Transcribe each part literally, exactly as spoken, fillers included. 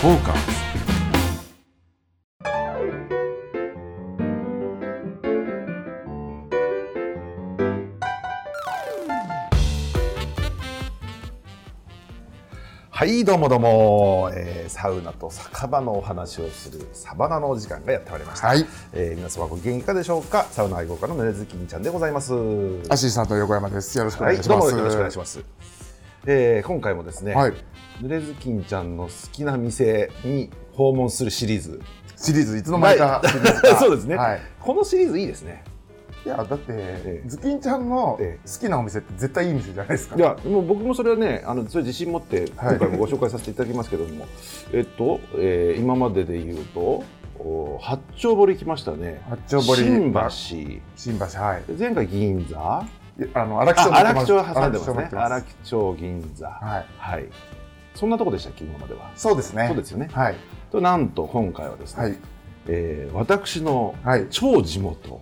フォーカス。はいどうもどうも、えー、サウナと酒場のお話をするサバナのお時間がやってまいりました、はいえー、皆様ご機嫌いかがでしょうか。サウナ愛好家のぬれずきんちゃんでございます。 アシスタント横山です。よろしくお願いします。 はい、どうもよろしくお願いします。えー、今回もですね、 はい、 ぬれずきんちゃんの好きな店に訪問するシリーズシリーズいつの間にか、はい、 そうですね、 はい、 このシリーズいいですね。 いやだって、 ええ、 ズキンちゃんの好きなお店って絶対いい店じゃないですか。 いやもう僕もそれはね、あのそれ自信持って今回もご紹介させていただきますけれども、はい、えっと、えー、今までで言うと八丁堀来ましたね。 八丁堀、 新橋、 新橋、はい。 前回銀座、 あの荒木町、 荒木町挟んでますね。荒木町、銀座、 はい、 はい。そんなとこでしたっけ今までは。 そうですね。 そうですよね。 はい。 となんと今回はですね、はい、えー、私の超地元、はい、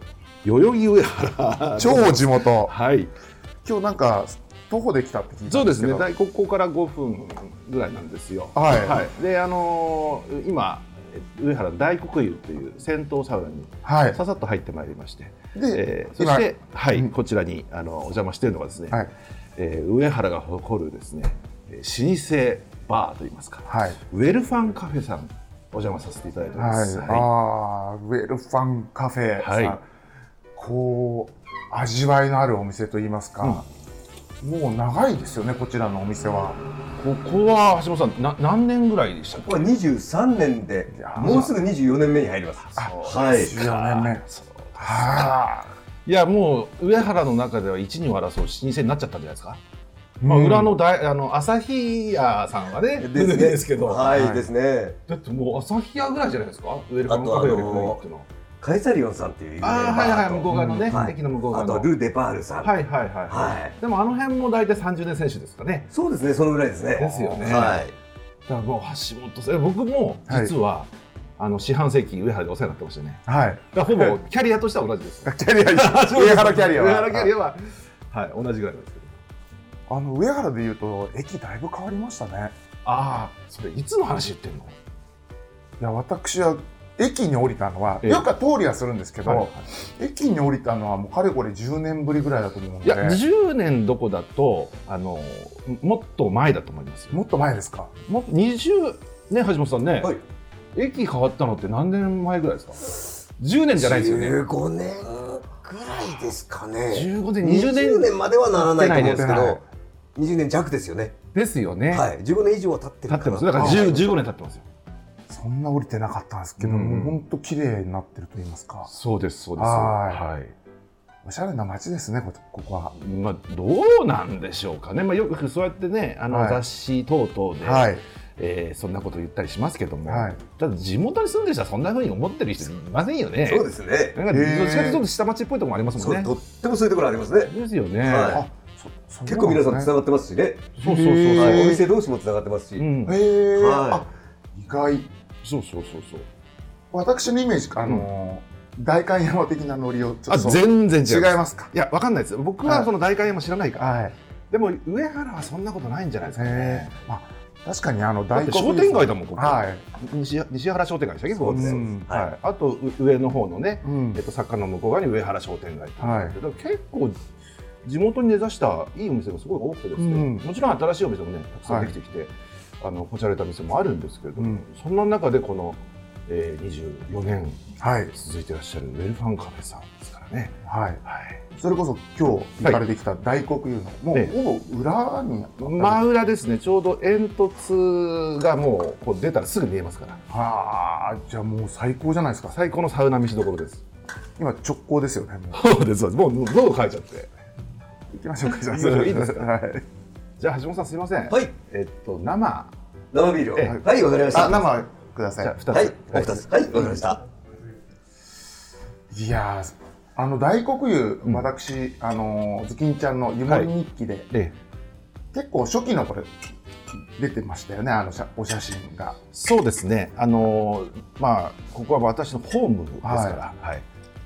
代々木上原超地元、 はい、 今日なんか徒歩で来たって聞いたんですけど。 そうですね、大ここからごふんぐらいなんですよ。 はい、 はい、であのー、今上原大黒湯という銭湯サウナにささっと入ってまいりまして、はい、えー、そして、はい、うん、こちらにあのお邪魔しているのがですね、はい、えー、上原が誇るですね老舗バーといいますか、はい、ウェルファンカフェさんお邪魔させていただいております。 はいはい、あウェルファンカフェさん、はい、こう味わいのあるお店といいますか、うん、もう長いですよねこちらのお店は。 ここは橋本さんな何年ぐらいでしたっけ？ ここはにじゅうさんねんでもうすぐにじゅうよねんめに入ります。 はい、にじゅうよねんめ。 はあ、いやもう上原の中では一二を争う老舗になっちゃったんじゃないですか。まあ、裏の大あの朝日屋さんはねですねですけど、 はいですね。 だってもう朝日屋ぐらいじゃないですか。ウェルカムカフェより古いっていうのは。 カエサリオンさんっていう有名なバーと、 あはいはい向こう側のね、 はい、 駅の向こう側の。 あとルーデパールさん。 はいはいはい。はい。でもあの辺も大体さんじゅうねん選手ですかね。 そうですね、そのぐらいですね。 ですよね。はい。だからもう橋本さん、僕も実は、はい、あの四半世紀上原でお世話になってましたね。はい。だほぼキャリアとしては同じです。 キャリア上原キャリアは。 上原キャリアははい同じぐらいですけど。 あの上原でいうと駅だいぶ変わりましたね。 ああ、それいつの話言ってんの？ いや私は駅に降りたのは、よく通りはするんですけど、はいはい、駅に降りたのはもうかれこれじゅうねんぶりぐらいだと思うので。 いやじゅうねんどこだとあのもっと前だと思いますよ。 もっと前ですか？ もにじゅうねん橋本さんね、はい、駅変わったのって何年前ぐらいですか？じゅうねんじゃないですよね。 じゅうごねんぐらいですかね。 じゅうごねん、にじゅうねん、 にじゅうねんまではならないと思うんですけど、にじゅうねん弱ですよね。 ですよね。 はい、じゅうごねん以上は経ってるから。経ってます。 だからじゅう、じゅうごねん経ってますよ。 そんな降りてなかったんですけど、もう本当綺麗になってると言いますか。 そうですそうです。はい。 おしゃれな街ですね、ここは。 まあどうなんでしょうかね。まあよくそうやってね、あの雑誌等々で、はい、えー、そんなこと言ったりしますけども、はい、ただ地元に住んでる人はそんな風に思ってる人いませんよね。 そうですね。 なんかどっちかというと下町っぽいところもありますもんね。 とってもそういうところありますね。 ですよね。 はい、結構皆さんつながってますしね。 そうそうそう。 お店同士もつながってますし。 へえ。あ、意外。 そうそうそうそう。 私のイメージ、あの代官山的なノリをちょっと全然違いますか？ いや、わかんないです。僕はその代官山知らないから。でも上原はそんなことないんじゃないですかね。 確かにあの大黒商店街だもんここ。 はい。 西西原商店街でしたっけ？そうです。はい。あと上の方のね、えっと坂の向こう側に上原商店街ってあるんですけど、結構地元に根ざしたいいお店がすごい多くてですね。もちろん新しいお店もねたくさんできてきて、あのこじゃれた店もあるんですけれども、そんな中でこのにじゅうよねん続いていらっしゃるウェルファンカフェさんですからね。 はい。それこそ今日行かれてきた大黒湯のもうほぼ裏に真裏ですね。ちょうど煙突がもうこう出たらすぐ見えますから。 はあ、じゃあもう最高じゃないですか。 最高のサウナ飯どころです。 今直行ですよね。 そうですそうです。もう喉乾いちゃって行きましょうか。じゃあいいですか。はい。じゃあ橋本さんすみません。 はい。 えっと生生ビールをはいわかりました。 あ、生ください。 じゃあふたつ。はい、おふたつ。はい、わかりました。 いやー、あの大黒湯、うん、私あのズキンちゃんの湯守日記で、はい、ええ、結構初期のこれ出てましたよね、あのお写真が。 そうですね。あのまあここは私のホームですから、はいはい、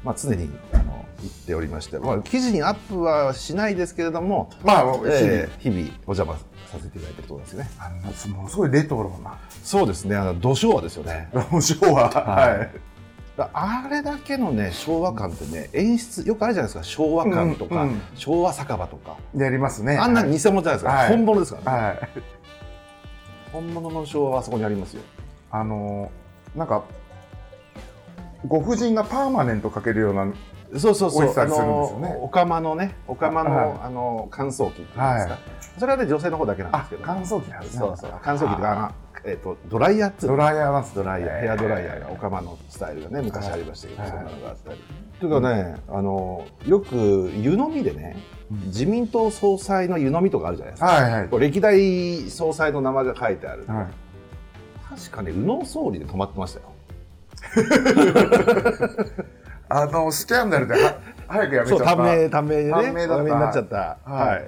まあ、常にあの言っておりまして、まあ、記事にアップはしないですけれども、 まあ、 えー、日々お邪魔させていただいているところですね。 あのものすごいレトロな。 そうですね、あの土昭和ですよね。 土昭和、はい。 あれだけのね昭和感ってね、演出よくあるじゃないですか。昭和感とか、うんうん、昭和酒場とかやりますね。 あんな偽物じゃないですか、はい、本物ですからね、はい、本物の昭和はそこにありますよ。 あのなんかご婦人がパーマネントかけるようなそうそうそう、 あのお釜のね、お釜の、はい、あの乾燥機っていうんですか、はい、それはね女性の方だけなんですけど、 乾燥機なんですね。 そうそう、乾燥機とかえー、とドライヤーってドライヤーなんです。 ドライヤー、ヘアドライヤーがお釜のスタイルがね昔ありましたけど、はい、そんなのがあったり、というかね、あのよく湯飲みでね、うん、自民党総裁の湯飲みとかあるじゃないですか、はいはい、歴代総裁の名前が書いてある、はい、確かね宇野総理で泊まってましたよ。 あのスキャンダルでは早くやめちゃった。 短命短命でね、 短命だった、 になっちゃった。はい、はい、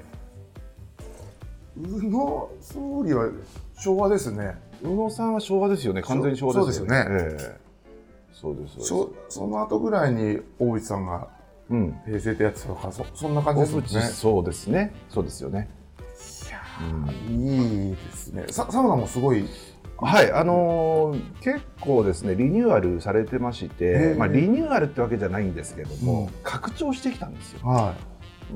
宇野総理は昭和ですね。 宇野さんは昭和ですよね。完全に昭和ですよね。そうですよね。そうです。 そ, その後ぐらいに大内さんが平成ってやつとか、そ, そんな感じですよね。 そうですね。そうですよね。 いや、うん、いいですね。ササウナもすごい。 はい、あのー、結構ですねリニューアルされてまして、まあ、リニューアルってわけじゃないんですけども、うん、拡張してきたんですよ。はい、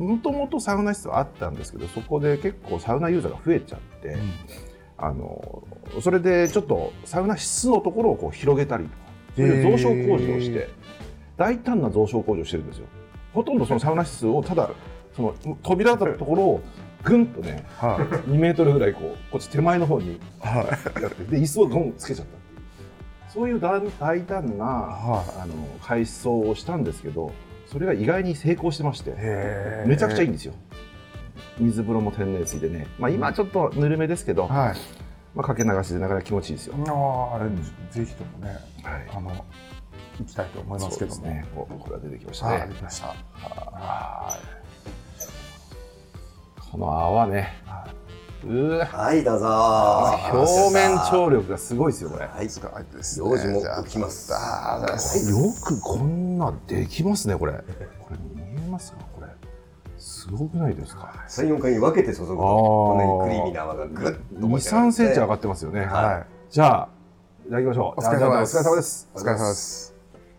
もともとサウナ室はあったんですけど、そこで結構サウナユーザーが増えちゃって、うん、あのそれでちょっとサウナ室のところをこう広げたりとか、そういう増床工事をして大胆な増床工事をしてるんですよ。ほとんどそのサウナ室をただその扉だったところをぐんとね、はあ、にメートルぐらいこうこっち手前の方にやってで椅子をドンつけちゃったっていう、そういう大胆な、はあ、あの改装をしたんですけど、それが意外に成功してまして、めちゃくちゃいいんですよ。水風呂も天然水でね、まあ、今ちょっとぬるめですけど、はい、まあ、かけ流しでなかなか気持ちいいですよ。 ああれ、ぜひともね、はい、あの行きたいと思いますけども、ね、 これは出てきましたね。 出てきました。 はい、この泡ね、 うわ、はいどうぞ。 表面張力がすごいですよこれ。 はい、 すごいですね。用事も起きます。 あー、よくこんなできますねこれ。これ見えますかこれ。すごくないですか。 さん、よんかいに分けて注ぐとこんなにクリーミーな泡がぐっとに、さんセンチ上がってますよね。はい。じゃあいただきましょう。 お疲れ様です。 お疲れ様です。 お疲れ様です。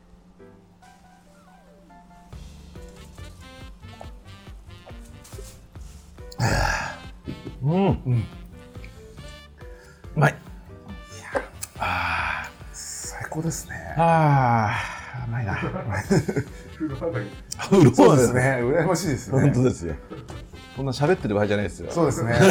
うん、うん、うまい。いや、 あー、最高ですね。 あー、うまいな。 そうですね。羨ましいですね。 本当ですよ。こんな喋ってる場合じゃないですよ。 そうですね。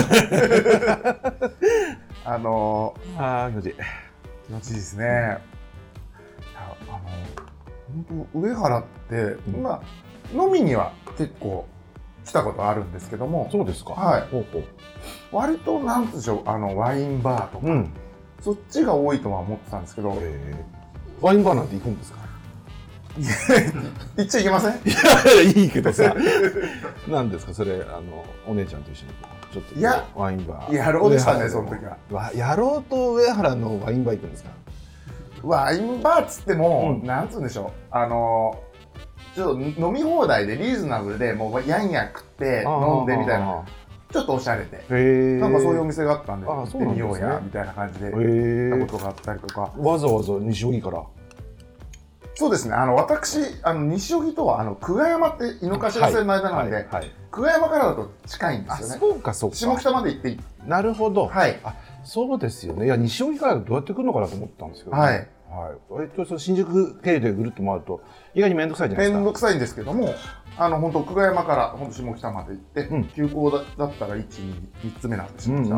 あのー、あー、気持ちいい。 気持ちいいですね。あの本当上原って、うん、まあ飲みには結構来たことあるんですけども。 そうですか。 はい。ほうほう。割となんでしょう、あのワインバーとか、うん、そっちが多いとは思ってたんですけど。 ワインバーなんて行くんですか。 行っちゃいけません。 いやいいけどさ。なんですかそれ、あのお姉ちゃんと一緒にちょっといやワインバー。 やろうでしたねその時は。 やろうと上原のワインバー行くんですか。 ワインバーっつっても、うん、なんつうんでしょう、あのちょっと飲み放題でリーズナブルでもうやんや食って飲んでみたいな。ちょっとおしゃれで、なんかそういうお店があったんで行ってみようやみたいな感じで行ったことがあったりとか。 わざわざ西荻から。 そうですね。あの私あの西荻とはあの久我山って井の頭線の間なんで、はいはいはい、久我山からだと近いんですよね。 そうかそうか。 下北まで行っていい。 なるほど。 はい。 あ、そうですよね。いや西荻からどうやって来るのかなと思ったんですけど、ね。はい。はい。割とその新宿経由でぐるっと回ると意外に面倒くさいじゃないですか。 面倒くさいんですけども、あの本当久我山から本当下北まで行って、うん、急行 だ, だったらいち、に、みっつめなんですよ。うんうんうん、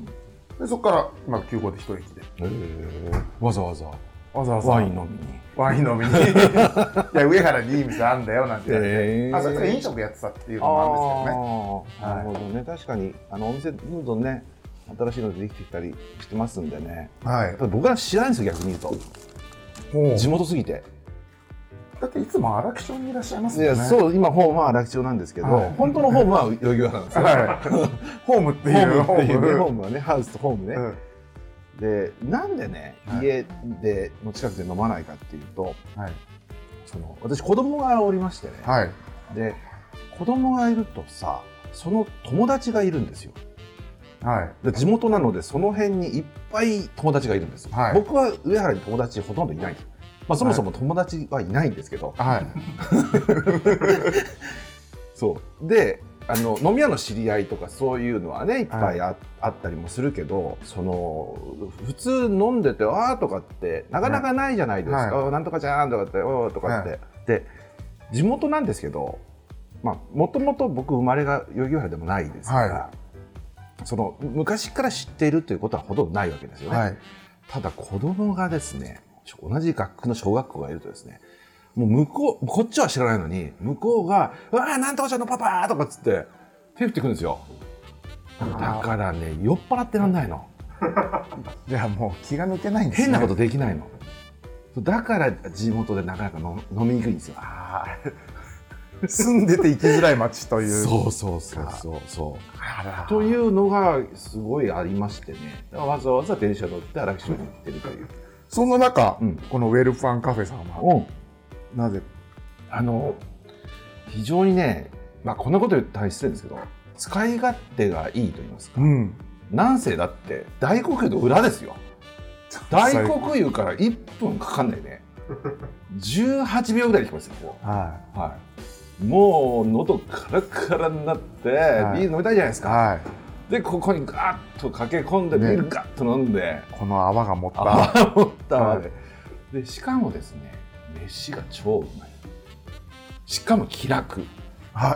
でそこからまあ急行で一駅で。 へー、わざわざわざわざワイン飲みに。 ワイン飲みに。いや上原にいい店あんだよなんて言われて、えー、あそこで飲食やってたっていうのもあるんですけどね。 なるほどね、確かにあのお店どんどんね新しいのでできてきたりしてますんでね。はい。僕は知らないんですよ逆に言うと。地元すぎて。 だっていつも荒木町にいらっしゃいますよね。 いやそう今ホームは荒木町なんですけど、はい、本当のホームは代々木なんですよ。はい、 ホームっていうホームっていうねホームはねハウスとホームね。うんでなんでね、はい、家での近くで飲まないかっていうと、はい、 その私子供がおりましてね、 はい、 で子供がいるとさその友達がいるんですよ。はい、で地元なのでその辺にいっぱい友達がいるんです、はい、僕は上原に友達ほとんどいないんです、まあ、そもそも友達はいないんですけど、はい、そうであの飲み屋の知り合いとかそういうのはねいっぱい あ,、はい、あったりもするけどその普通飲んでてあーとかってなかなかないじゃないですか、はい、なんとかじゃーんとかっておーとかって、はい、で地元なんですけどまあもともと僕生まれが代々木上原でもないですから、はい、その昔から知っているということはほとんどないわけですよね、はい、ただ子供がですね同じ学区の小学校がいるとですねもう向こうこっちは知らないのに向こうが「うわーなんとかちゃんのパパ!」とかっつって手振ってくるんですよ。だからね酔っ払ってらんないのじゃあもう気が抜けないんですね。 変なことできないのだから地元でなかなか飲みにくいんですよ。あ住んでて行きづらい街というそうそうそうそうそうというのがすごいありましてねわざわざ電車乗って荒木町に行ってるというそんな中、うん、このウェルファンカフェさんは、うん、なぜあの非常にね、まあ、こんなこと言ったら失礼ですけど使い勝手がいいと言いますか、うん、なんせだって大黒湯の裏ですよ。大黒湯からいっぷんかかんないねじゅうはちびょうぐらいで来ますよここ、はいはい、もう喉カラカラになって、はい、ビール飲みたいじゃないですか、はい、でここにガーッと駆け込んでビールガッと飲んで、ね、 この泡が持った泡持った泡で、はい、でしかもですね飯が超うまいしかも気楽はい、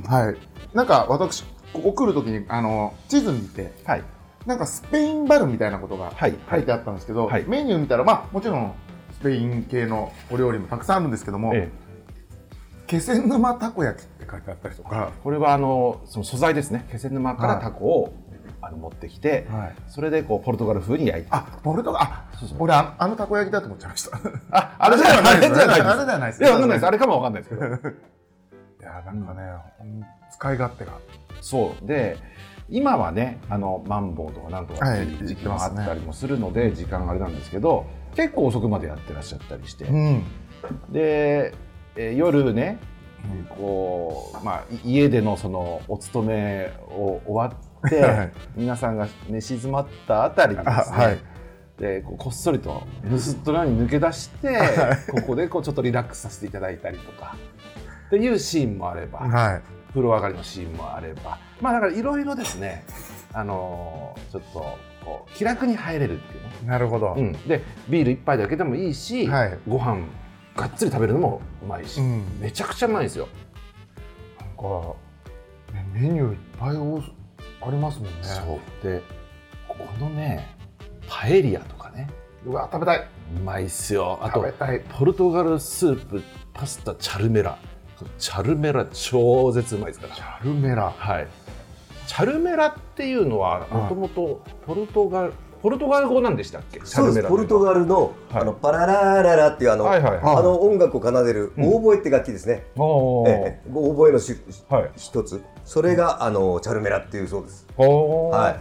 はい、なんか私ここ来るときにあの地図見て、はい、なんかスペインバルみたいなことが書いてあったんですけど、はいはい、メニュー見たらまあもちろんスペイン系のお料理もたくさんあるんですけども、ええ、気仙沼たこ焼きって書いてあったりとかこれはあのその素材ですね気仙沼からタコを、はい、あの持ってきて、はい、それでこうポルトガル風に焼いてあポルトガルあそうそう俺あ の, あのたこ焼きだと思っちゃいましたああれじゃないですねあれじゃないですいやわかんないですあれかもわかんないですけどいやなんかね、うん、使い勝手がそうで今はねあのマンボウとかなんとかっていう時期もあったりもするので、はい、時間があれなんですけど結構遅くまでやってらっしゃったりして、うん、で、えー、夜ね、うん、こうまあ家でのそのお勤めを終わってはい、皆さんが寝静まったあたりにですね、はい、で こ, うこっそりと盗っ人のように抜け出して、はい、ここでこうちょっとリラックスさせていただいたりとかっていうシーンもあれば、はい、風呂上がりのシーンもあればまあだからいろいろですねあのー、ちょっとこう気楽に入れるっていうねなるほど、 うん、でビール一杯だけでもいいし、はい、ご飯がっつり食べるのもうまいし、うん、めちゃくちゃうまいですよ。 なんか、ね、メニューいっぱいありますもんね。 そうでこのねパエリアとかねうわ食べたい。 うまいっすよ。あとポルトガルスープパスタチャルメラチャルメラ超絶うまいですから。 チャルメラはいチャルメラっていうのはもともとポルトガルポルトガル語なんでしたっけ？ そうです。ポルトガルの、はい、あのパララララっていうあの、はいはいはい、あの音楽を奏でるオーボエって楽器ですね。うん、オーボエのし、はい、一つ。それがあのチャルメラっていうそうです。 はい。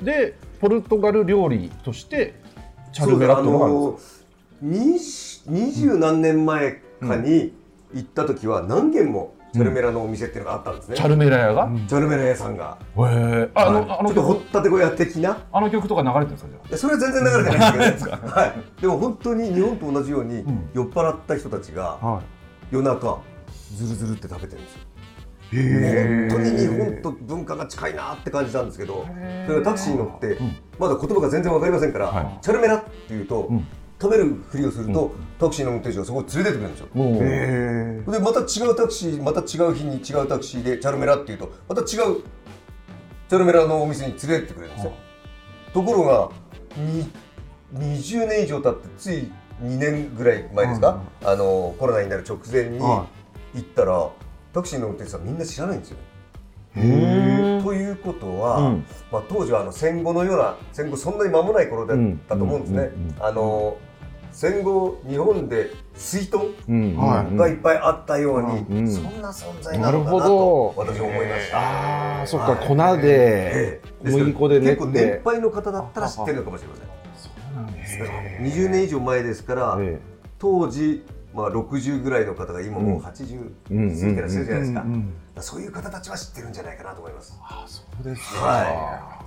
でポルトガル料理としてチャルメラっていうのがあるんですか？ 二十何年前かに行った時は何軒もチャルメラのお店っていうのがあったんですね。 チャルメラ屋が？ チャルメラ屋さんが。 へえ。あのあのちょっと掘ったて小屋的な。 あの曲とか流れてるんですかじゃあ？ それは全然流れてないですけどね。はい。でも本当に日本と同じように酔っ払った人たちが夜中ズルズルって食べてるんですよ。へえ。本当に日本と文化が近いなって感じたんですけど、それがタクシーに乗ってまだ言葉が全然わかりませんから、チャルメラっていうと。食べるふりをすると、うん、タクシーの運転手がそこに連れてってくれるんですよ。へー。でまた違うタクシーまた違う日に違うタクシーでチャルメラっていうとまた違うチャルメラのお店に連れてってくれるんですよ。ところがにじゅうねん以上経ってついにねんぐらい前ですか、うん、あのコロナになる直前に行ったら、うん、タクシーの運転手さんみんな知らないんですよ。へー。ということは、うんまあ、当時はあの戦後のような戦後そんなに間もない頃だったと思うんですね。あの戦後日本で水筒がいっぱいあったように、うんうん、そんな存在なのかなと私は思いました。 ああ、そっか、粉で小麦粉で練って結構年配の方だったら知ってるのかもしれません。そうなんですね。にじゅうねん以上前ですから、当時まあろくじゅうぐらいの方が今もうはちじゅう過ぎたらするじゃないですか。そういう方たちは知ってるんじゃないかなと思います。 ああ、そうですね。 はい。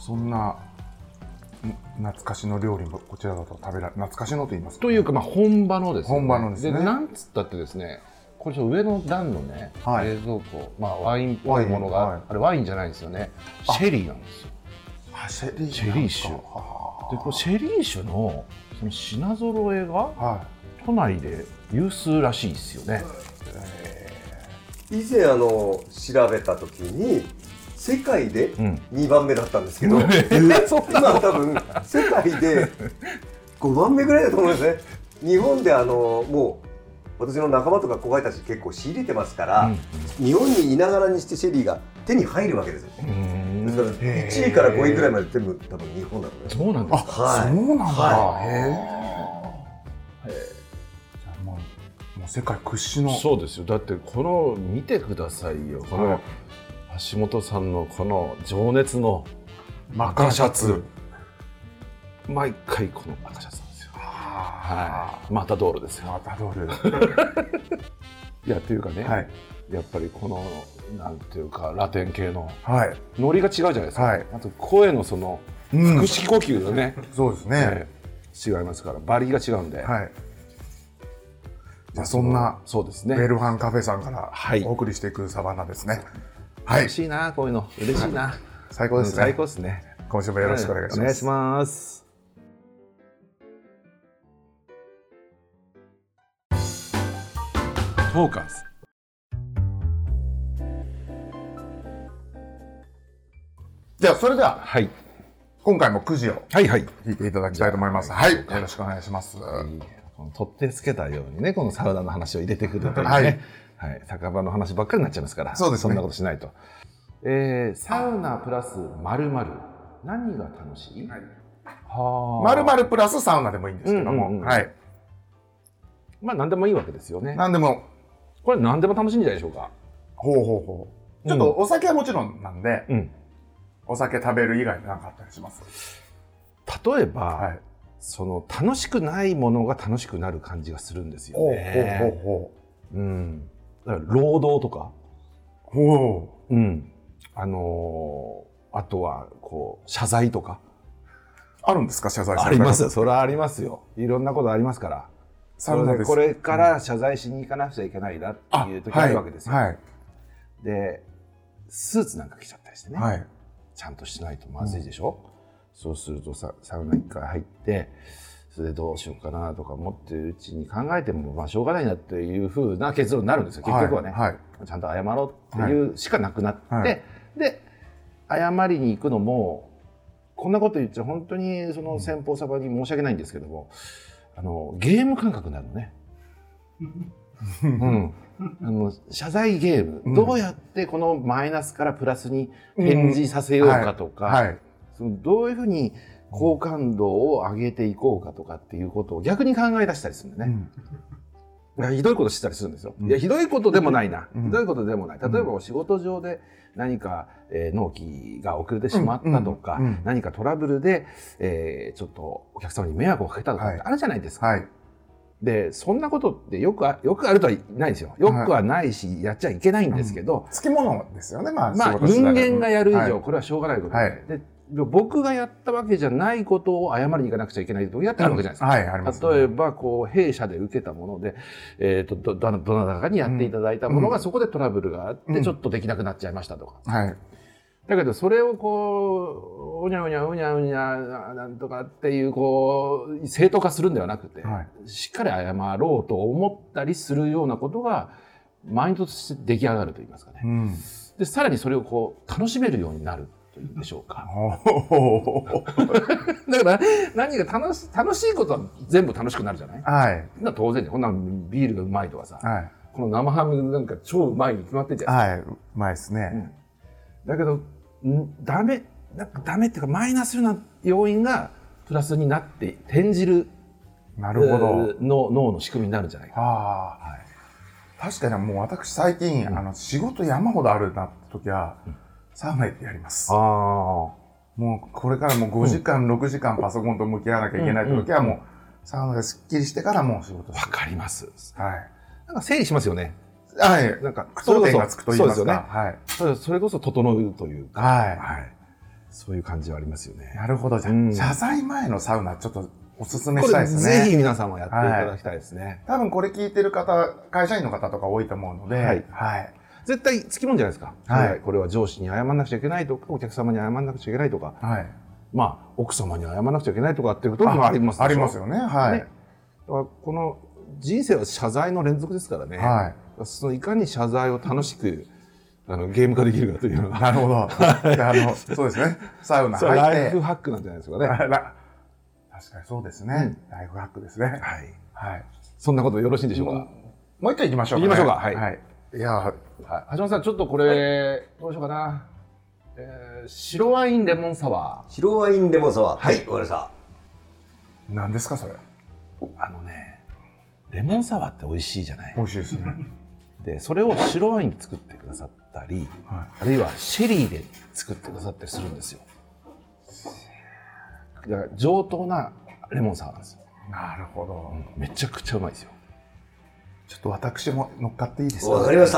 そんな懐かしの料理もこちらだと食べられ、懐かしのと言いますか、 というか、まあ本場のですね。 本場のですね。 で、なんつったってですね、これ上の段のね、 はい、 冷蔵庫、まあワインっぽいものが、はい、あれワインじゃないんですよね。シェリーなんですよ。 あ、シェリー。 シェリー酒。で、これシェリー酒のその品揃えが、はい、都内で有数らしいですよね。 以前あの調べた時に世界でにばんめだったんですけど、うん、今多分世界でごばんめぐらいだと思うんですね。日本であのもう私の仲間とか後輩たち結構仕入れてますから、うん、日本にいながらにしてシェリーが手に入るわけですよ。ですからいちいからごいぐらいまで全部多分日本だと思います。 そうなんですか。 はい、そうなんだ。 はい、 へえ。じゃあもう、もう世界屈指の。 そうですよ。だってこの見てくださいよ。この橋本さんのこの情熱の赤シャツ。毎回この赤シャツなんですよ。はい。マタドールですよ。 マタドール。 いやというかね。 はい、 やっぱりこのなんていうかラテン系のノリが違うじゃないですか。 はい、 あと声のその腹式呼吸がね、 うん、そうですね、 えー、違いますから馬力が違うんで。 はい、じゃあそんなそうですね。 ベルファンカフェさんからお送りしていくサバンナですね。はい、 嬉しいな、こういうの嬉しいな、はい、 最高ですね。 最高ですね。 今週もよろしくお願いします。 お願いします。トーカーズ。 じゃあそれでは、 はい、 今回もくじをはいはい引いていただきたいと思います。はい、よろしくお願いします。 取ってつけたようにね、このサウナの話を入れてくるというね、はい、はい、酒場の話ばっかりになっちゃいますから、 そうですね、 そんなことしないと。えー、サウナプラス〇〇、何が楽しい？はい、 は〇〇プラスサウナでもいいんですけども、うんうんうん、はい、 まあ何でもいいわけですよね。 何でも、 これ何でも楽しいんじゃないでしょうか。 ほうほうほう。ちょっとお酒はもちろんなんで、うん、お酒食べる以外に何かあったりします？ 例えば、はい、その楽しくないものが楽しくなる感じがするんですよね。 ほうほうほう。うん。だから労働とか。 ほう。うん。あのー、あとはこう謝罪とか。 あるんですか、謝罪？ あります。それはありますよ。いろんなことありますから。 サウナです。 これから謝罪しに行かなくちゃいけないなっていう時あるわけですよ。 はいはい、 で、スーツなんか着ちゃったりしてね。 はい、 ちゃんとしないとまずいでしょ。うん、そうするとさ、サウナ一回入ってそれでどうしようかなとか思ってるうちに考えてもまあしょうがないなっていう風な結論になるんですよ、結局はね。はいはい、ちゃんと謝ろうっていうしかなくなって、はい、で謝りに行くのもこんなこと言っちゃ本当にその先方様に申し訳ないんですけども、あのゲーム感覚になるのね。うん、あの謝罪ゲーム、うん、どうやってこのマイナスからプラスに転じさせようかとか、うんはいはい、そのどういうふうに好感度を上げていこうかとかっていうことを逆に考え出したりするんだね。うん、ひどいことしたりするんですよ。うん、いやひどいことでもないな、うん、ひどいことでもない。例えばお仕事上で何か、えー、納期が遅れてしまったとか、うんうん、何かトラブルで、えー、ちょっとお客様に迷惑をかけたとかってあるじゃないですか。はいはい、でそんなことってよくあよくあるとはないですよ。よくはないし、はい、やっちゃいけないんですけど、 うん、つきものですよね。まあ、 まあ、人間がやる以上、はい、これはしょうがないことで、はい、で僕がやったわけじゃないことを謝りに行かなくちゃいけない時だってあるわけじゃないですか。うんはいありますね、例えばこう弊社で受けたもので、えー、と ど, どなたかにやっていただいたものが、うん、そこでトラブルがあってちょっとできなくなっちゃいましたとか。うんはいだけどそれをこううにゃうにゃうにゃうにゃなんとかっていうこう正当化するんではなくて、はい、しっかり謝ろうと思ったりするようなことがマインドとして出来上がるといいますかね、うん、でさらにそれをこう楽しめるようになるというんでしょうか。だから何が楽し、楽しいことは全部楽しくなるじゃない、はい、当然こんなビールがうまいとかさ、はい、この生ハムなんか超うまいに決まってんじゃないですか。 はい、うまいですね、うんだけどダメなんかダメっていうかマイナスな要因がプラスになって転じるなるほどの脳の仕組みになるんじゃないか。 あ、はい、確かにもう私最近、うん、あの仕事山ほどあるなって時は、うん、サウナ行ってやります。あもうこれからもうごじかん、うん、ろくじかんパソコンと向き合わなきゃいけないって時はもうサウナですっきりしてからもう仕事する。わかります。 はい。 なんか整理しますよね。 はい。なんか句読点がつくと言いますか。 はい。それこそ整うというか。 はい。 はい。そういう感じはありますよね。 なるほど。じゃあ、謝罪前のサウナちょっとおすすめしたいですね。 ぜひ皆さんもやっていただきたいですね。 多分これ聞いてる方、会社員の方とか多いと思うので。はい。はい。 絶対つきもんじゃないですか。はい。これは上司に謝らなくちゃいけないとか、お客様に謝らなくちゃいけないとか。はい。まあ、奥様に謝らなくちゃいけないとかっていう時もありますでしょ。 ありますよね。はい。 ね、この人生は謝罪の連続ですからね。はい。そのいかに謝罪を楽しくあのゲーム化できるかというのが。 なるほど。あのそうですね。サウナ入って。 ライフハックなんじゃないですかね。 確かにそうですね。うん、ライフハックですね。はい。 はい。そんなことよろしいんでしょうか。 もう一回行きましょうか、ね。行きましょうか。はい。 はい、いや、はい、 橋本さん、ちょっとこれ、はい、どうしようかな。えー、白ワインレモンサワー。 白ワインレモンサワー。はい、わかりました。 何ですか、それ。 あのね、レモンサワーって美味しいじゃない。 美味しいですね。 で、それを白ワインで作ってくださったり、はい、あるいはシェリーで作ってくださったりするんですよ。だから上等なレモンサワーなんですよ。 なるほど。 めちゃくちゃうまいですよ。 ちょっと私も乗っかっていいですか。 わかりました。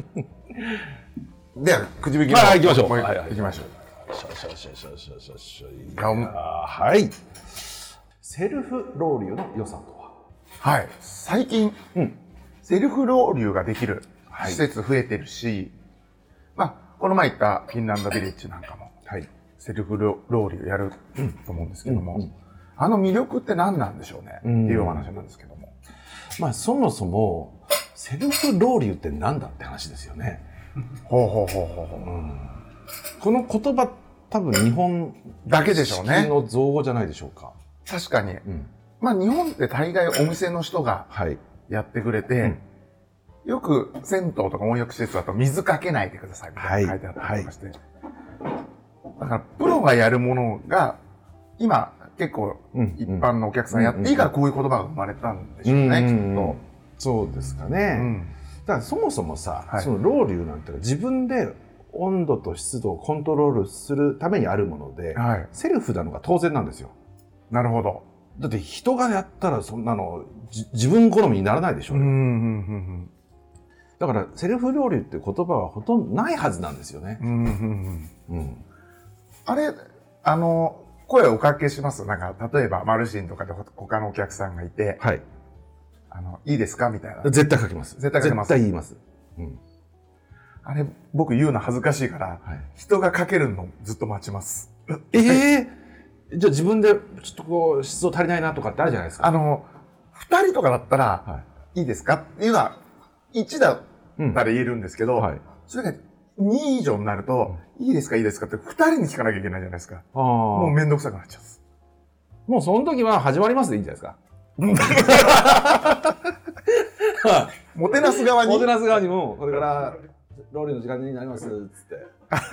ではくじ引き。 はい、行きましょう。 はい、行きましょう。 しょしょしょしょしょしょしょ。はい。セルフロウリュの良さとは。 はい。最近、うん、セルフロウリュができる施設増えてるし、はい、まあこの前行ったフィンランドビレッジなんかも、はい、セルフロウリュやると思うんですけども、うんうん、あの魅力って何なんでしょうね、うん、っていうお話なんですけども。 まあそもそもセルフロウリュって何だって話ですよね。 ほうほうほうほうほう、うん、 この言葉多分日本だけでしょうね。 の造語じゃないでしょうか。 確かに、うん、まあ日本って大概お店の人がやってくれて、はい、うん、よく銭湯とか温浴施設だと水かけないでくださいみたいな書いてあったりとかして、はいはい、だからプロがやるものが今結構一般のお客さんやっていいからこういう言葉が生まれたんでしょうね、うんうん、きっと。 そうですかね、うん、だからそもそもさ、はい、そのロウリュなんて自分で温度と湿度をコントロールするためにあるもので、はい、セルフなのが当然なんですよ。 なるほど。 だって人がやったらそんなの自分好みにならないでしょう、ね、うんうんうんうん、だからセルフロウリュっていう言葉はほとんどないはずなんですよね。うんうんうんうん、あれあの声をおかけします。なんか例えばマルシンとかで他のお客さんがいて、はい、あのいいですかみたいな。 絶対かけます。 絶対かけます。 絶対言います。うん、 あれ僕言うの恥ずかしいから、はい、人がかけるのずっと待ちます。 ええー、じゃあ自分でちょっとこう湿度足りないなとかってあるじゃないですか。 あの二人とかだったら、はい、いいですかっていうのはいちだったら言えるんですけど、うん、はい、それがに以上になると、うん、いいですかいいですかってふたりに聞かなきゃいけないじゃないですか。あ、もうめんどくさくなっちゃうんです。 もうその時は始まりますでいいんじゃないですか。 もてなす側にもてなす側にもこれからロウリュの時間になりますっつって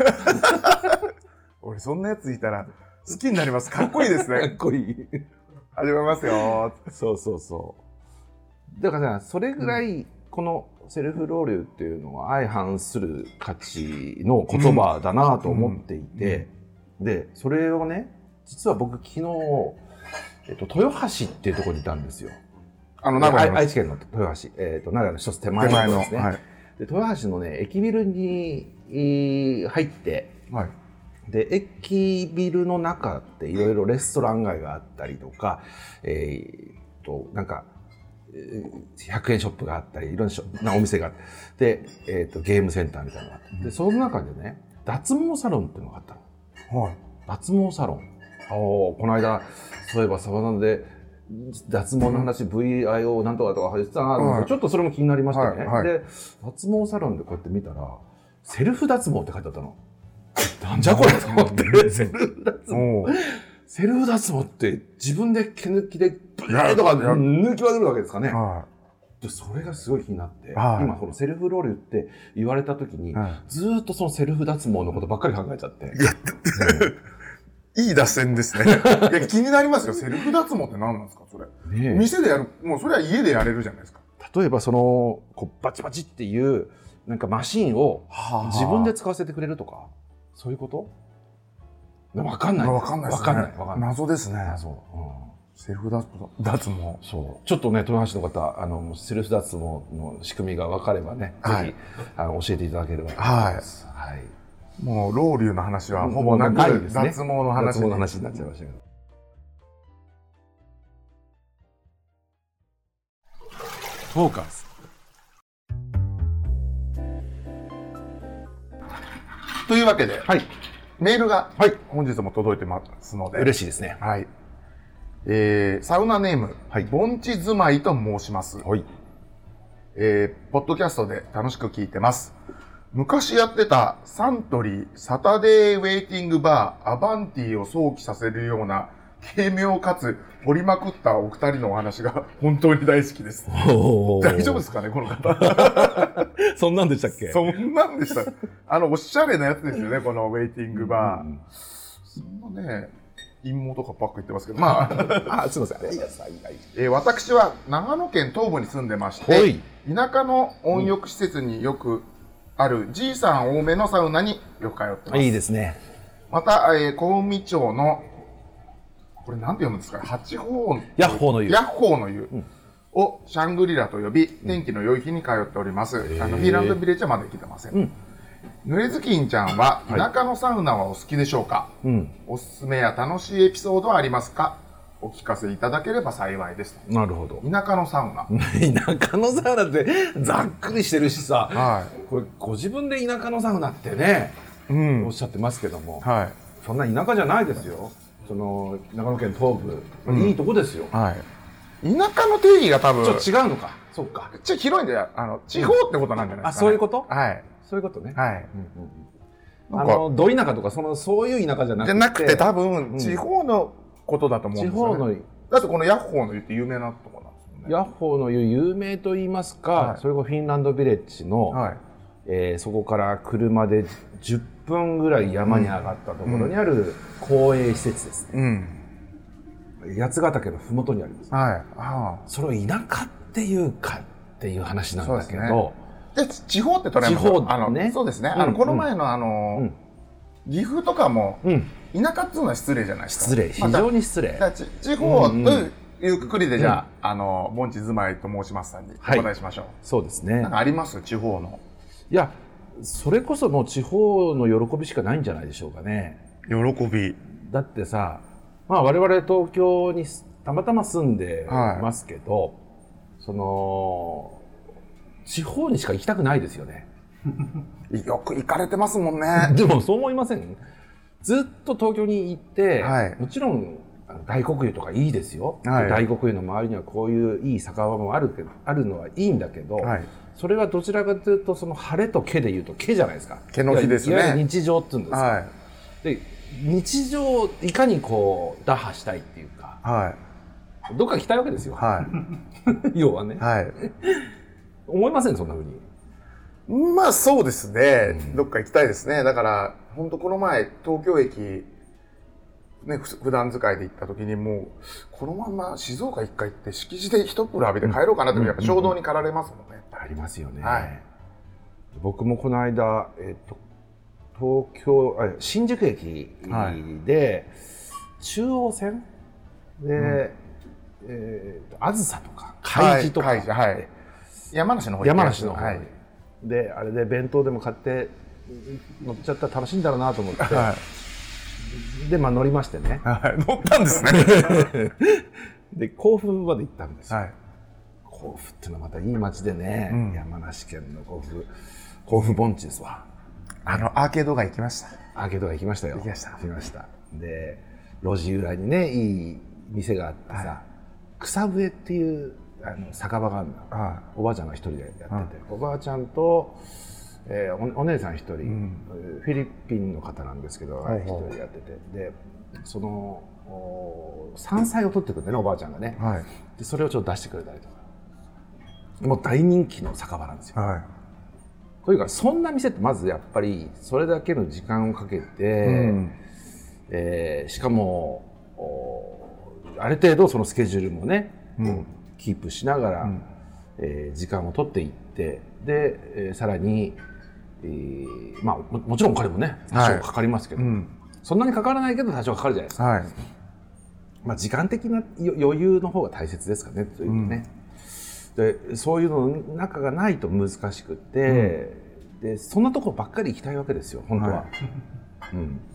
俺そんなやついたら好きになります。かっこいいですね。 かっこいい。 始めますよ。 そうそうそう。だからそれぐらいこのセルフロウリュっていうのは相反する価値の言葉だなと思っていて、うんうんうん、でそれをね実は僕昨日、えっと、豊橋っていうところにいたんですよ。あの名古屋の愛知県の豊橋、えっと名古屋の一つ手前のですね。はい、で豊橋のね駅ビルに入って、はい、で駅ビルの中っていろいろレストラン街があったりとか、えー、となんかひゃくえんショップがあったりいろんなお店があってで、えー、とゲームセンターみたいなのがあって、うん、でその中でね脱毛サロンっていうのがあったの。はい、脱毛サロン。おこの間そういえばサバナで脱毛の話、うん、ブイアイオー なんとかとか入ってたな、はい、ちょっとそれも気になりましたね、はいはい、で脱毛サロンでこうやって見たらセルフ脱毛って書いてあったの。なんじゃこれと思ってセルフ脱毛セルフ脱毛って自分で毛抜きでブーとか抜き分けるわけですかね。でそれがすごい気になって、はい、今このセルフロウリュって言われた時に、はい、ずーっとそのセルフ脱毛のことばっかり考えちゃって、 いい脱線ですね。いや気になりますよ。セルフ脱毛って何なんですかそれ、ね、店でやるもうそれは家でやれるじゃないですか。 例えばそのこうバチバチっていうなんかマシンを自分で使わせてくれるとかそういうこと？わかんない。 わかんないですね。 わかんない。わかんない。 謎ですね。 謎。うん、 セルフ脱毛。 そう。ちょっとね、豊橋の方、あの、セルフ脱毛の仕組みが分かればね、はい、ぜひ、あの、教えていただければと思います。はい。はい、 もう、ロウリュの話はほぼなく、ね、脱毛の話。 脱毛の話になっちゃいましたけど。 フォーカス。というわけで、はい、メールが本日も届いてますので、 嬉しいですね。 はい。えー、サウナネーム、はい、盆地住まいと申します。はい。えー、ポッドキャストで楽しく聞いてます。昔やってたサントリーサタデーウェイティングバーアバンティを想起させるような軽妙かつ掘りまくったお二人のお話が本当に大好きです。大丈夫ですかね、この方。 そんなんでしたっけ？ そんなんでした。あの、おしゃれなやつですよね、このウェイティングバー。うんうん、そんなね、陰謀とかばっか言ってますけど、まあ、あ、すみません。 えー、私は長野県東部に住んでまして、田舎の温浴施設によくあるじいさん多めのサウナによく通ってます。 いいですね。 また、えー、小海町のこれなんて読むんですか、八方ヤッホーの湯ヤッホーの湯をシャングリラと呼び、天気の良い日に通っております。あのフィーランドビレッジはまだ行けてません。うん、濡れずきんちゃんは田舎のサウナはお好きでしょうか？はい、うん、おすすめや楽しいエピソードはありますか？お聞かせいただければ幸いです。 なるほど。 田舎のサウナ。 田舎のサウナってざっくりしてるしさ、はい、これご自分で田舎のサウナってね、うん、おっしゃってますけども、はい、そんな田舎じゃないですよ。その長野県東部、うん、いいとこですよ。はい。 田舎の定義が多分ちょっと違うのか。そうか。 ちょっと広いんで、あの地方ってことなんじゃないですか、ね。あ、 そういうこと？ はい。 そういうことね。はい。うんうん、あのど田舎とかそのそういう田舎じゃなくて、 じゃなくて多分地方のことだと思うんですよね。地方のだってこのヤッホーの湯って有名なとこなんですよね。 ヤッホーの湯有名と言いますか、はい、それがフィンランドビレッジの、はい、えー、そこから車でじゅっぷんぐらい山に上がったところにある公営施設ですね。うんうん、八ヶ岳のふもとにあります。はい。ああ。それを田舎っていうかっていう話なんだけど。 で、ね、地方って取れます。地方あのね。そうですね。うん、あのこの前のあの、うん、岐阜とかも、うん、田舎っていうのは失礼じゃないですか。 失礼。非常に失礼。 ま、地方というくくりでじゃあ、うん、あの盆地住まいと申しますさんにお答えしましょう。はい、 そうですね。 なんかあります地方の。 いや。それこそもう地方の喜びしかないんじゃないでしょうかね。 喜びだってさ、まあ、我々東京にたまたま住んでますけど、はい、その地方にしか行きたくないですよね。 よく行かれてますもんね。 でもそう思いません？ずっと東京に行って、はい、もちろん大黒湯とかいいですよ、はい、大黒湯の周りにはこういういい酒場もあるけど、あるのはいいんだけど、はい、それはどちらかというとその晴れと毛でいうと毛じゃないですか。 毛の日ですね。いわゆる日常っていうんですか、はい、で日常をいかにこう打破したいっていうか、はい、どっか行きたいわけですよ、はい、要はね、はい、思いませんそんな風に。まあそうですね、うん、どっか行きたいですね。だから本当この前東京駅ね、普段使いで行った時にもうこのまま静岡一回行って敷地で一風呂浴びて帰ろうかなって、うん、やっぱ衝動に駆られますもんね。 ありますよね、はい、僕もこの間、えー、と東京あ新宿駅で、はい、中央線で、うん、えー、あずさとか海事とか、はいはい、 山梨の方山梨の方、はい、であれで弁当でも買って乗っちゃったら楽しいんだろうなと思って、はい、でまあ乗りましてね、 はい、乗ったんですね。 で甲府まで行ったんですよ、はい、甲府っていうのはまたいい街でね、うん、山梨県の甲府甲府盆地ですわ。 あのアーケード街行きました。 アーケード街行きましたよ。 行きました。 行きました。で路地裏にねいい店があってさ、はい、草笛っていうあの酒場があるの、はい、おばあちゃんが一人でやってて、はい、おばあちゃんと、えー、お, お姉さん一人、うん、フィリピンの方なんですけど一人でやってて、でその山菜を取ってくるんだよねおばあちゃんがね、はい、でそれをちょっと出してくれたりとか、もう大人気の酒場なんですよ、はい、というかそんな店ってまずやっぱりそれだけの時間をかけて、うん、えー、しかもある程度そのスケジュールもね、うん、キープしながら、うん、えー、時間を取っていって、で、えー、さらに、えーまあ、も, もちろんお金もね多少かかりますけど、はい、うん、そんなにかからないけど多少かかるじゃないですか、はい、 まあ、時間的な余裕の方が大切ですかねというね、うん、でそういうの中がないと難しくて、うん、でそんなところばっかり行きたいわけですよ本当は、はいうん、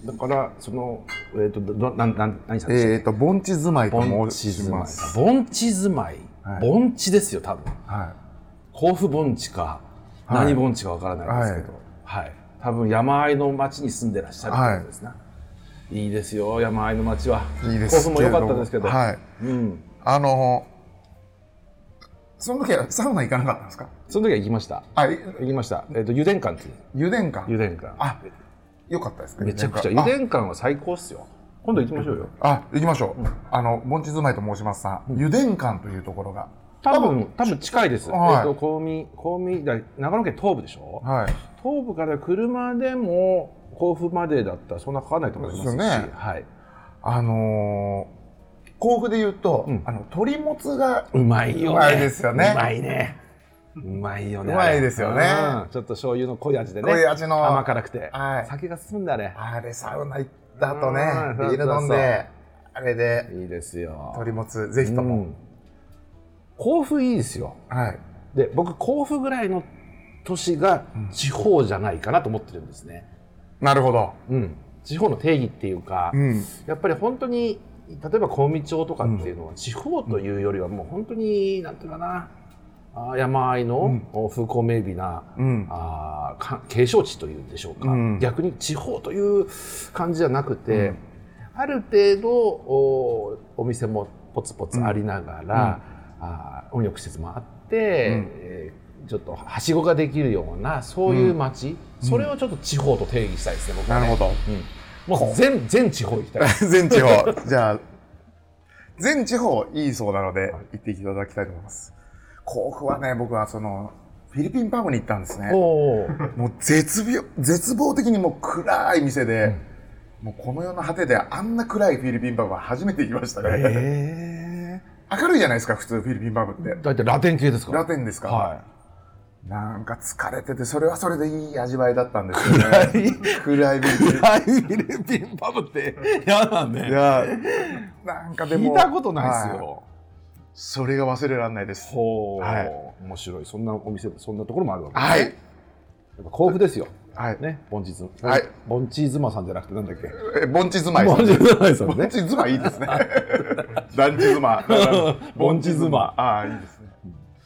だからその、えー、とどなな何さんでしたっけ、 えーと盆地住まいと申します。 盆地住まい、はい、盆地ですよ多分、はい、甲府盆地か、はい、何盆地かわからないですけど、はいはい、多分山あいの町に住んでらっしゃるということですね、はい、いいですよ山あいの町は。 いいです甲府も良かったですけど、 はいうん、あのその時はサウナ行かなかったんですか？ その時は行きました。あ行きました。えっ、ー、と油田館っていう。 油田館。 油田館。 あ、良かったですね。 めちゃくちゃ油田館は最高っすよ。今度行きましょうよ。 あ、行きましょう。うん、あの盆地住まいと申しますさん、うん、油田館というところが多分多分近いです。はい、えっ、ー、と小海小海だ長野県東部でしょ。はい。東部から車でも甲府までだったらそんなかかんないと思いますし。ですよね。はい。 あのー。甲府で言うと、うん、あの鶏もつがうまいよね。 うまいですよね。 うまいね。うまいよね。 うまいですよね。 ちょっと醤油の濃い味でね。 濃い味の甘辛くて、 はい、 酒が進んだね。 あれサウナ行った後ね、ビール飲んであれでいいですよ。 鶏もつぜひとも、うん。 甲府いいですよ。はい。で僕甲府ぐらいの都市が地方じゃないかなと思ってるんですね。 うん、なるほど。 うん。地方の定義っていうか、うん、やっぱり本当に。例えば小海町とかっていうのは地方というよりはもう本当になんていうかな山あいの風光明媚な、うん、あ景勝地というんでしょうか、うん、逆に地方という感じじゃなくて、うん、ある程度 お, お店もポツポツありながら、うん、あ温浴施設もあって、うんえー、ちょっとはしごができるようなそういう街、うん、それをちょっと地方と定義したいですね僕はね。 なるほど、うんもう 全, 全地方行きたい全地方じゃあ全地方いいそうなので行っていただきたいと思います。甲府はね僕はそのフィリピンパブに行ったんですね。もう絶望絶望的にもう暗い店で、うん、もうこの世の果てであんな暗いフィリピンパブは初めて行きましたね。えー、明るいじゃないですか普通フィリピンパブって。 だいたいラテン系ですか？ ラテンですか、はいなんか疲れててそれはそれでいい味わいだったんですよね。暗いフィリピンパブって嫌なんね。いやなんかでも聞いたことないですよ、はい、 それが忘れられないです。 ほう、はい、面白い。そんなお店そんなところもあるわけですね。 はい、 やっぱ甲府ですよ。 はいね、盆地妻、 はい、 盆地妻さんじゃなくてなんだっけ？ え盆地妻いさん。 盆地妻いさんね。 盆地妻いいですね。団地妻。 盆地妻。 ああいいですね。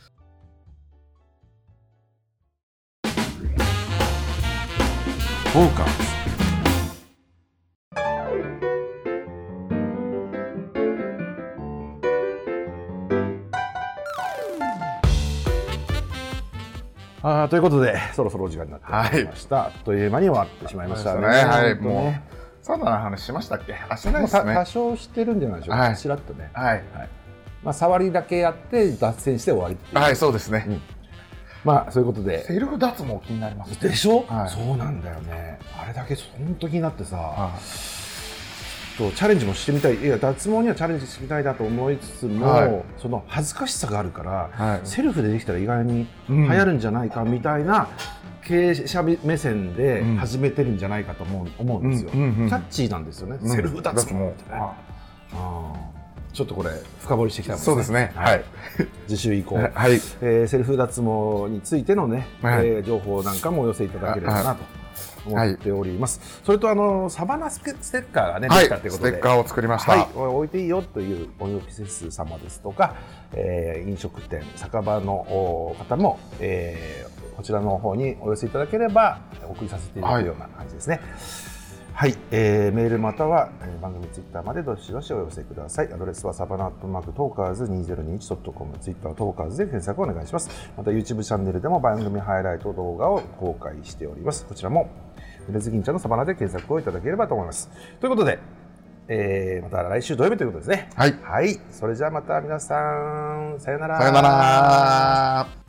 フォーカスあということでそろそろお時間になってまいりました、はい、あっという間に終わってしまいましたね。 はい、もうサウナの話しましたっけ？あ、しないですね。 多少してるんじゃないでしょうか、はい、ちらっとね、 はいはいまあ、触りだけやって脱線して終わりっていう。 はい、そうですね、うんまあそういうことでセルフ脱毛気になります、ね、 でしょ、はい、そうなんだよね。あれだけ本当気になってさ、はい、とチャレンジもしてみたい。いや脱毛にはチャレンジしてみたいなと思いつつも、はい、その恥ずかしさがあるから、はい、セルフでできたら意外に流行るんじゃないかみたいな経営者目線で始めてるんじゃないかと思う、思うんですよ、うんうんうん、キャッチーなんですよね、うん、セルフ脱毛ってね、ああちょっとこれ深掘りしてきたもんですね。 そうですね。はい。 次週以降、 はいえー、セルフ脱毛についてのね、はいえー、情報なんかもお寄せいただければなと思っております。はい、それとあのサバナステッカーがね、 はい、 できたということで、 ステッカーを作りました。はい、 置いていいよというお呼び施設様ですとか、えー、飲食店酒場の方も、えー、こちらの方にお寄せいただければお送りさせていただくような感じですね。はいはい、えー、メールまたは、えー、番組ツイッターまでどしどしお寄せください。アドレスはサバナアットマークトーカーズにせんにじゅういちドットコム、ツイッタートーカーズで検索をお願いします。また YouTube チャンネルでも番組ハイライト動画を公開しております。こちらもフレズ銀茶のサバナで検索をいただければと思います。ということで、えー、また来週土曜日ということですね。 はい。 はい、それじゃあまた皆さんさよなら。 さよなら。